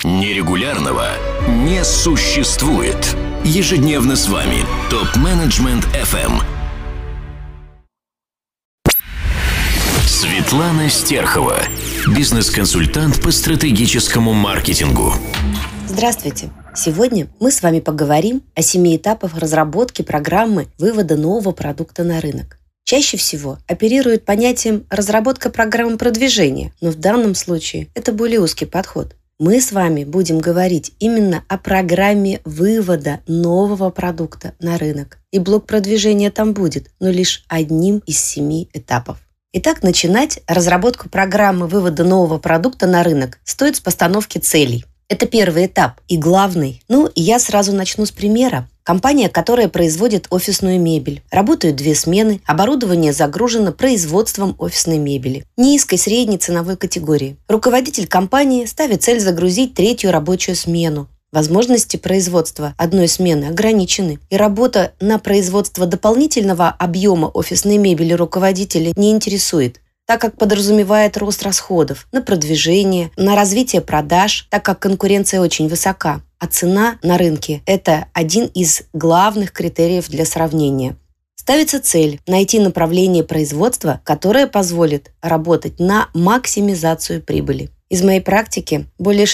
Нерегулярного не существует. Ежедневно с вами ТОП-менеджмент FM. Светлана Стерхова, бизнес-консультант по стратегическому маркетингу. Здравствуйте! Сегодня мы с вами поговорим о 7 этапах разработки программы вывода нового продукта на рынок. Чаще всего оперируют понятием «разработка программы продвижения», но в данном случае это более узкий подход. Мы с вами будем говорить именно о программе вывода нового продукта на рынок. И блок продвижения там будет, но лишь одним из 7 этапов. Итак, начинать разработку программы вывода нового продукта на рынок стоит с постановки целей. Это первый этап и главный. И я сразу начну с примера. Компания, которая производит офисную мебель. Работают 2 смены, оборудование загружено производством офисной мебели. Низкой, средней ценовой категории. Руководитель компании ставит цель загрузить 3-ю рабочую смену. Возможности производства одной смены ограничены, и работа на производство дополнительного объема офисной мебели руководителя не интересует, так как подразумевает рост расходов на продвижение, на развитие продаж, так как конкуренция очень высока. А цена на рынке – это один из главных критериев для сравнения. Ставится цель – найти направление производства, которое позволит работать на максимизацию прибыли. Из моей практики более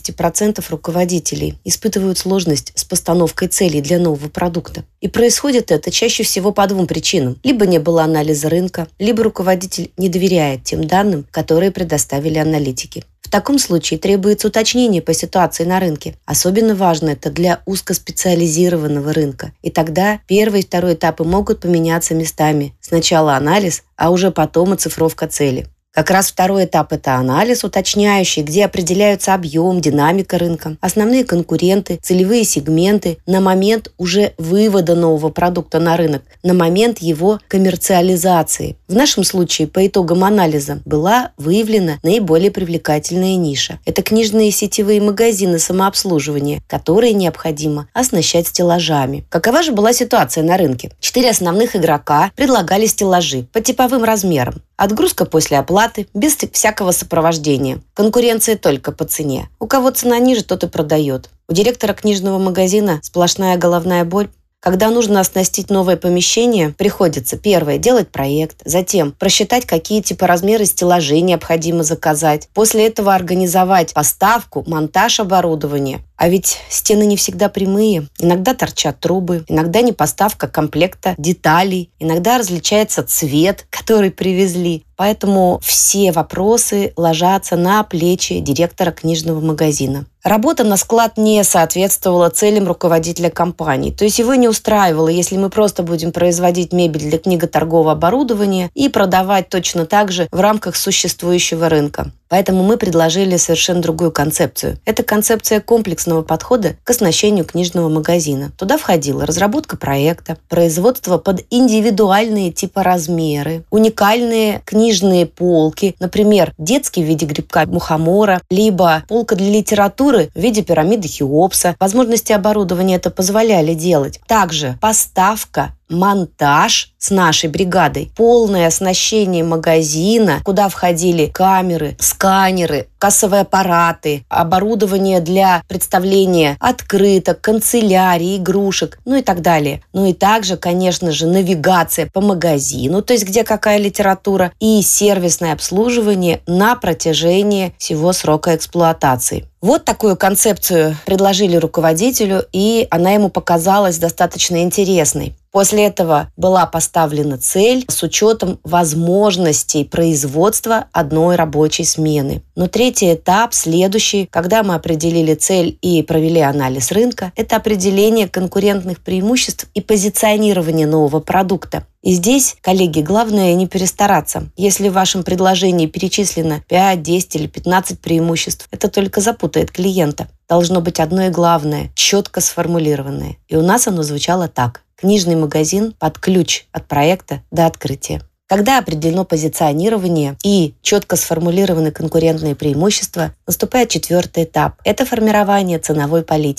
60% руководителей испытывают сложность с постановкой целей для нового продукта. И происходит это чаще всего по 2 причинам. Либо не было анализа рынка, либо руководитель не доверяет тем данным, которые предоставили аналитики. В таком случае требуется уточнение по ситуации на рынке. Особенно важно это для узкоспециализированного рынка. И тогда 1 и 2 этапы могут поменяться местами. Сначала анализ, а уже потом оцифровка цели. Как раз 2 этап – это анализ уточняющий, где определяются объем, динамика рынка, основные конкуренты, целевые сегменты на момент уже вывода нового продукта на рынок, на момент его коммерциализации. В нашем случае по итогам анализа была выявлена наиболее привлекательная ниша. Это книжные сетевые магазины самообслуживания, которые необходимо оснащать стеллажами. Какова же была ситуация на рынке? 4 основных игрока предлагали стеллажи по типовым размерам. Отгрузка после оплаты, без всякого сопровождения. Конкуренция только по цене. У кого цена ниже, тот и продает. У директора книжного магазина сплошная головная боль. Когда нужно оснастить новое помещение, приходится первое – делать проект, затем просчитать, какие размеры стеллажей необходимо заказать. После этого организовать поставку, монтаж оборудования. А ведь стены не всегда прямые, иногда торчат трубы, иногда не поставка комплекта деталей, иногда различается цвет, который привезли. Поэтому все вопросы ложатся на плечи директора книжного магазина. Работа на склад не соответствовала целям руководителя компании. То есть его не устраивало, если мы просто будем производить мебель для книготоргового оборудования и продавать точно так же в рамках существующего рынка. Поэтому мы предложили совершенно другую концепцию. Это концепция комплексного подхода к оснащению книжного магазина. Туда входила разработка проекта, производство под индивидуальные типоразмеры, уникальные книжные полки, например, детский в виде грибка-мухомора, либо полка для литературы в виде пирамиды Хеопса. Возможности оборудования это позволяли делать. Также поставка, монтаж с нашей бригадой, полное оснащение магазина, куда входили камеры, сканеры, кассовые аппараты, оборудование для представления открыток, канцелярий, игрушек, и так далее. И также, конечно же, навигация по магазину, то есть где какая литература, и сервисное обслуживание на протяжении всего срока эксплуатации. Вот такую концепцию предложили руководителю, и она ему показалась достаточно интересной. После этого была поставлена цель с учетом возможностей производства одной рабочей смены. Но 3-й этап, следующий, когда мы определили цель и провели анализ рынка, это определение конкурентных преимуществ и позиционирование нового продукта. И здесь, коллеги, главное не перестараться. Если в вашем предложении перечислено 5, 10 или 15 преимуществ, это только запутает клиента. Должно быть одно и главное, четко сформулированное. И у нас оно звучало так. Книжный магазин под ключ от проекта до открытия. Когда определено позиционирование и четко сформулированы конкурентные преимущества, наступает 4-й этап. Это формирование ценовой политики. В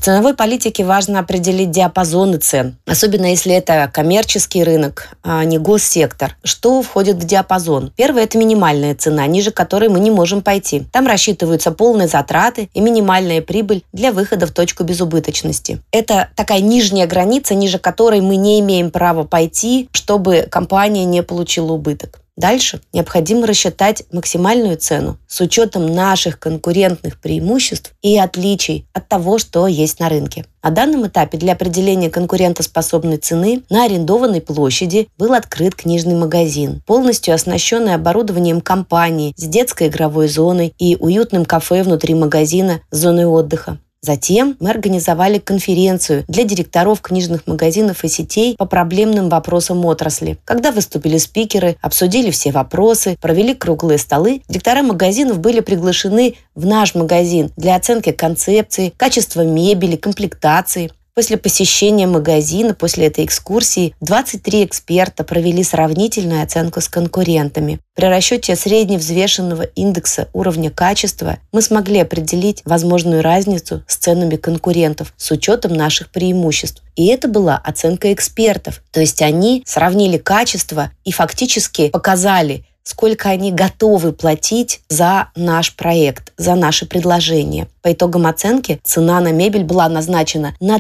В ценовой политике важно определить диапазоны цен, особенно если это коммерческий рынок, а не госсектор. Что входит в диапазон? Первое – это минимальная цена, ниже которой мы не можем пойти. Там рассчитываются полные затраты и минимальная прибыль для выхода в точку безубыточности. Это такая нижняя граница, ниже которой мы не имеем права пойти, чтобы компания не получила убыток. Дальше необходимо рассчитать максимальную цену с учетом наших конкурентных преимуществ и отличий от того, что есть на рынке. На данном этапе для определения конкурентоспособной цены на арендованной площади был открыт книжный магазин, полностью оснащенный оборудованием компании с детской игровой зоной и уютным кафе внутри магазина с зоной отдыха. Затем мы организовали конференцию для директоров книжных магазинов и сетей по проблемным вопросам отрасли. Когда выступили спикеры, обсудили все вопросы, провели круглые столы, директора магазинов были приглашены в наш магазин для оценки концепции, качества мебели, комплектации. После посещения магазина, после этой экскурсии, 23 эксперта провели сравнительную оценку с конкурентами. При расчете средневзвешенного индекса уровня качества мы смогли определить возможную разницу с ценами конкурентов с учетом наших преимуществ. И это была оценка экспертов. То есть они сравнили качество и фактически показали, сколько они готовы платить за наш проект, за наши предложения. По итогам оценки цена на мебель была назначена на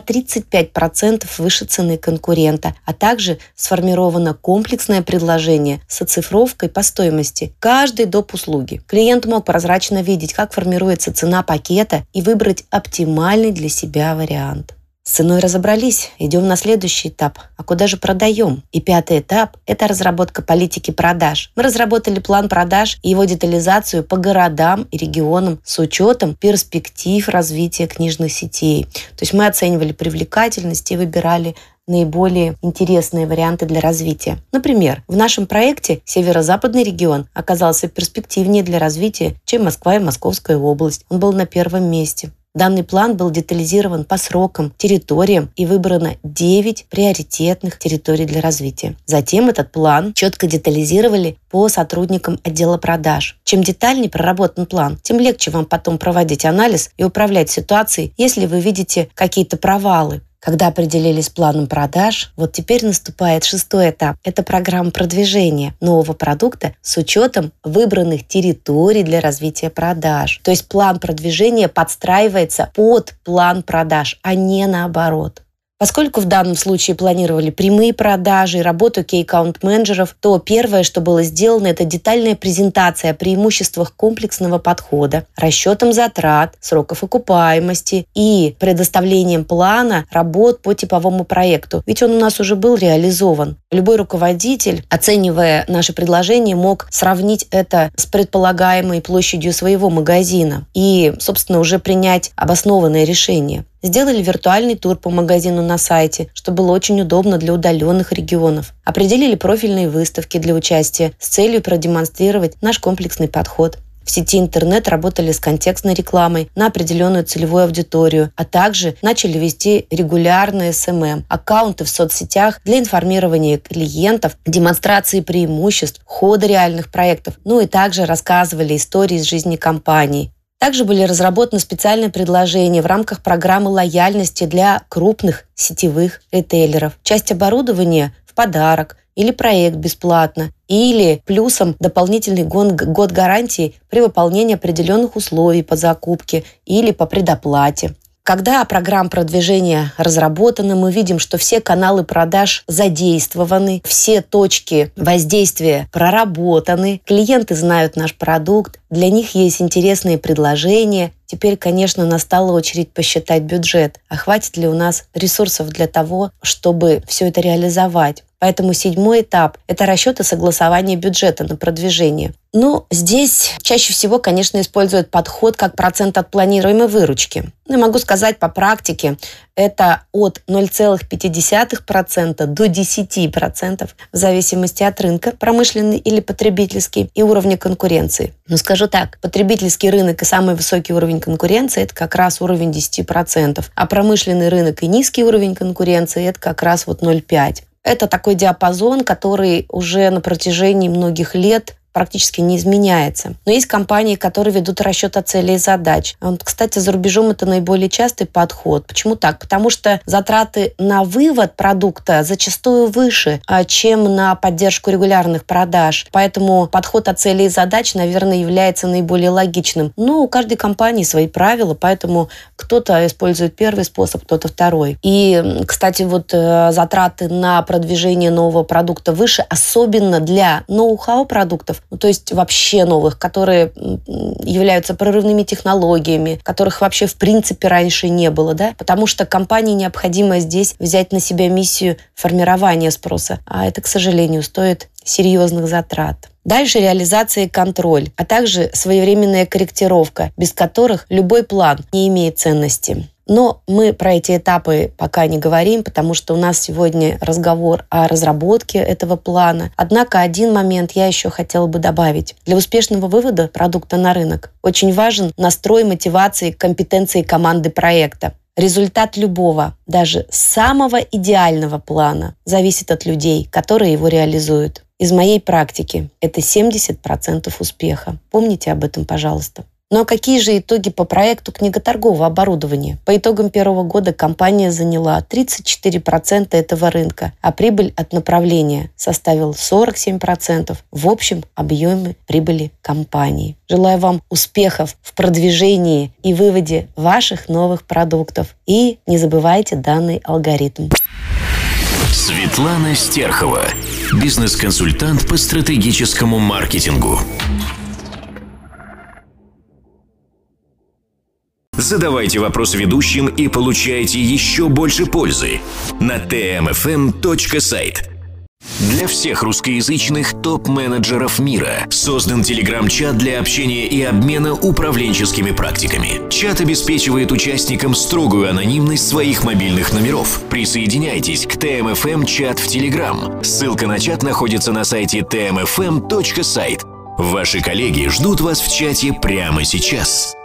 35% выше цены конкурента, а также сформировано комплексное предложение с оцифровкой по стоимости каждой доп. Услуги. Клиент мог прозрачно видеть, как формируется цена пакета и выбрать оптимальный для себя вариант. С ценой разобрались, идем на следующий этап. А куда же продаем? И 5-й этап – это разработка политики продаж. Мы разработали план продаж и его детализацию по городам и регионам с учетом перспектив развития книжных сетей. То есть мы оценивали привлекательность и выбирали наиболее интересные варианты для развития. Например, в нашем проекте северо-западный регион оказался перспективнее для развития, чем Москва и Московская область. Он был на первом месте. Данный план был детализирован по срокам, территориям и выбрано 9 приоритетных территорий для развития. Затем этот план четко детализировали по сотрудникам отдела продаж. Чем детальнее проработан план, тем легче вам потом проводить анализ и управлять ситуацией, если вы видите какие-то провалы. Когда определились с планом продаж, вот теперь наступает 6-й этап. Это программа продвижения нового продукта с учетом выбранных территорий для развития продаж. То есть план продвижения подстраивается под план продаж, а не наоборот. Поскольку в данном случае планировали прямые продажи и работу кей-аккаунт-менеджеров, то первое, что было сделано, это детальная презентация о преимуществах комплексного подхода, расчетом затрат, сроков окупаемости и предоставлением плана работ по типовому проекту. Ведь он у нас уже был реализован. Любой руководитель, оценивая наше предложение, мог сравнить это с предполагаемой площадью своего магазина и, собственно, уже принять обоснованное решение. Сделали виртуальный тур по магазину на сайте, что было очень удобно для удаленных регионов. Определили профильные выставки для участия с целью продемонстрировать наш комплексный подход. В сети интернет работали с контекстной рекламой на определенную целевую аудиторию, а также начали вести регулярные СММ, аккаунты в соцсетях для информирования клиентов, демонстрации преимуществ, хода реальных проектов, и также рассказывали истории из жизни компании. Также были разработаны специальные предложения в рамках программы лояльности для крупных сетевых ритейлеров. Часть оборудования в подарок или проект бесплатно, или плюсом дополнительный год гарантии при выполнении определенных условий по закупке или по предоплате. Когда программа продвижения разработана, мы видим, что все каналы продаж задействованы, все точки воздействия проработаны, клиенты знают наш продукт, для них есть интересные предложения. Теперь, конечно, настала очередь посчитать бюджет, а хватит ли у нас ресурсов для того, чтобы все это реализовать. Поэтому 7-й этап – это расчет и согласование бюджета на продвижение. Здесь чаще всего, конечно, используют подход как процент от планируемой выручки. Я могу сказать по практике, это от 0,5% до 10% в зависимости от рынка, промышленный или потребительский, и уровня конкуренции. Скажу так, потребительский рынок и самый высокий уровень конкуренции – это как раз уровень 10%, а промышленный рынок и низкий уровень конкуренции – это как раз 0,5%. Это такой диапазон, который уже на протяжении многих лет практически не изменяется. Но есть компании, которые ведут расчет целей и задач. Кстати, за рубежом это наиболее частый подход. Почему так? Потому что затраты на вывод продукта зачастую выше, чем на поддержку регулярных продаж. Поэтому подход от целей и задач, наверное, является наиболее логичным. Но у каждой компании свои правила, поэтому кто-то использует первый способ, кто-то второй. И, кстати, затраты на продвижение нового продукта выше, особенно для ноу-хау продуктов, то есть вообще новых, которые являются прорывными технологиями, которых вообще в принципе раньше не было, да? Потому что компании необходимо здесь взять на себя миссию формирования спроса, а это, к сожалению, стоит серьезных затрат. Дальше реализация и контроль, а также своевременная корректировка, без которых любой план не имеет ценности. Но мы про эти этапы пока не говорим, потому что у нас сегодня разговор о разработке этого плана. Однако один момент я еще хотела бы добавить. Для успешного вывода продукта на рынок очень важен настрой, мотивации, компетенции команды проекта. Результат любого, даже самого идеального плана зависит от людей, которые его реализуют. Из моей практики это 70% успеха. Помните об этом, пожалуйста. Ну а какие же итоги по проекту книготоргового оборудования? По итогам первого года компания заняла 34% этого рынка, а прибыль от направления составила 47% в общем объеме прибыли компании. Желаю вам успехов в продвижении и выводе ваших новых продуктов. И не забывайте данный алгоритм. Светлана Стерхова, бизнес-консультант по стратегическому маркетингу. Задавайте вопрос ведущим и получайте еще больше пользы на tmfm.site. Для всех русскоязычных топ-менеджеров мира создан телеграм-чат для общения и обмена управленческими практиками. Чат обеспечивает участникам строгую анонимность своих мобильных номеров. Присоединяйтесь к TMFM-чат в Telegram. Ссылка на чат находится на сайте tmfm.site. Ваши коллеги ждут вас в чате прямо сейчас.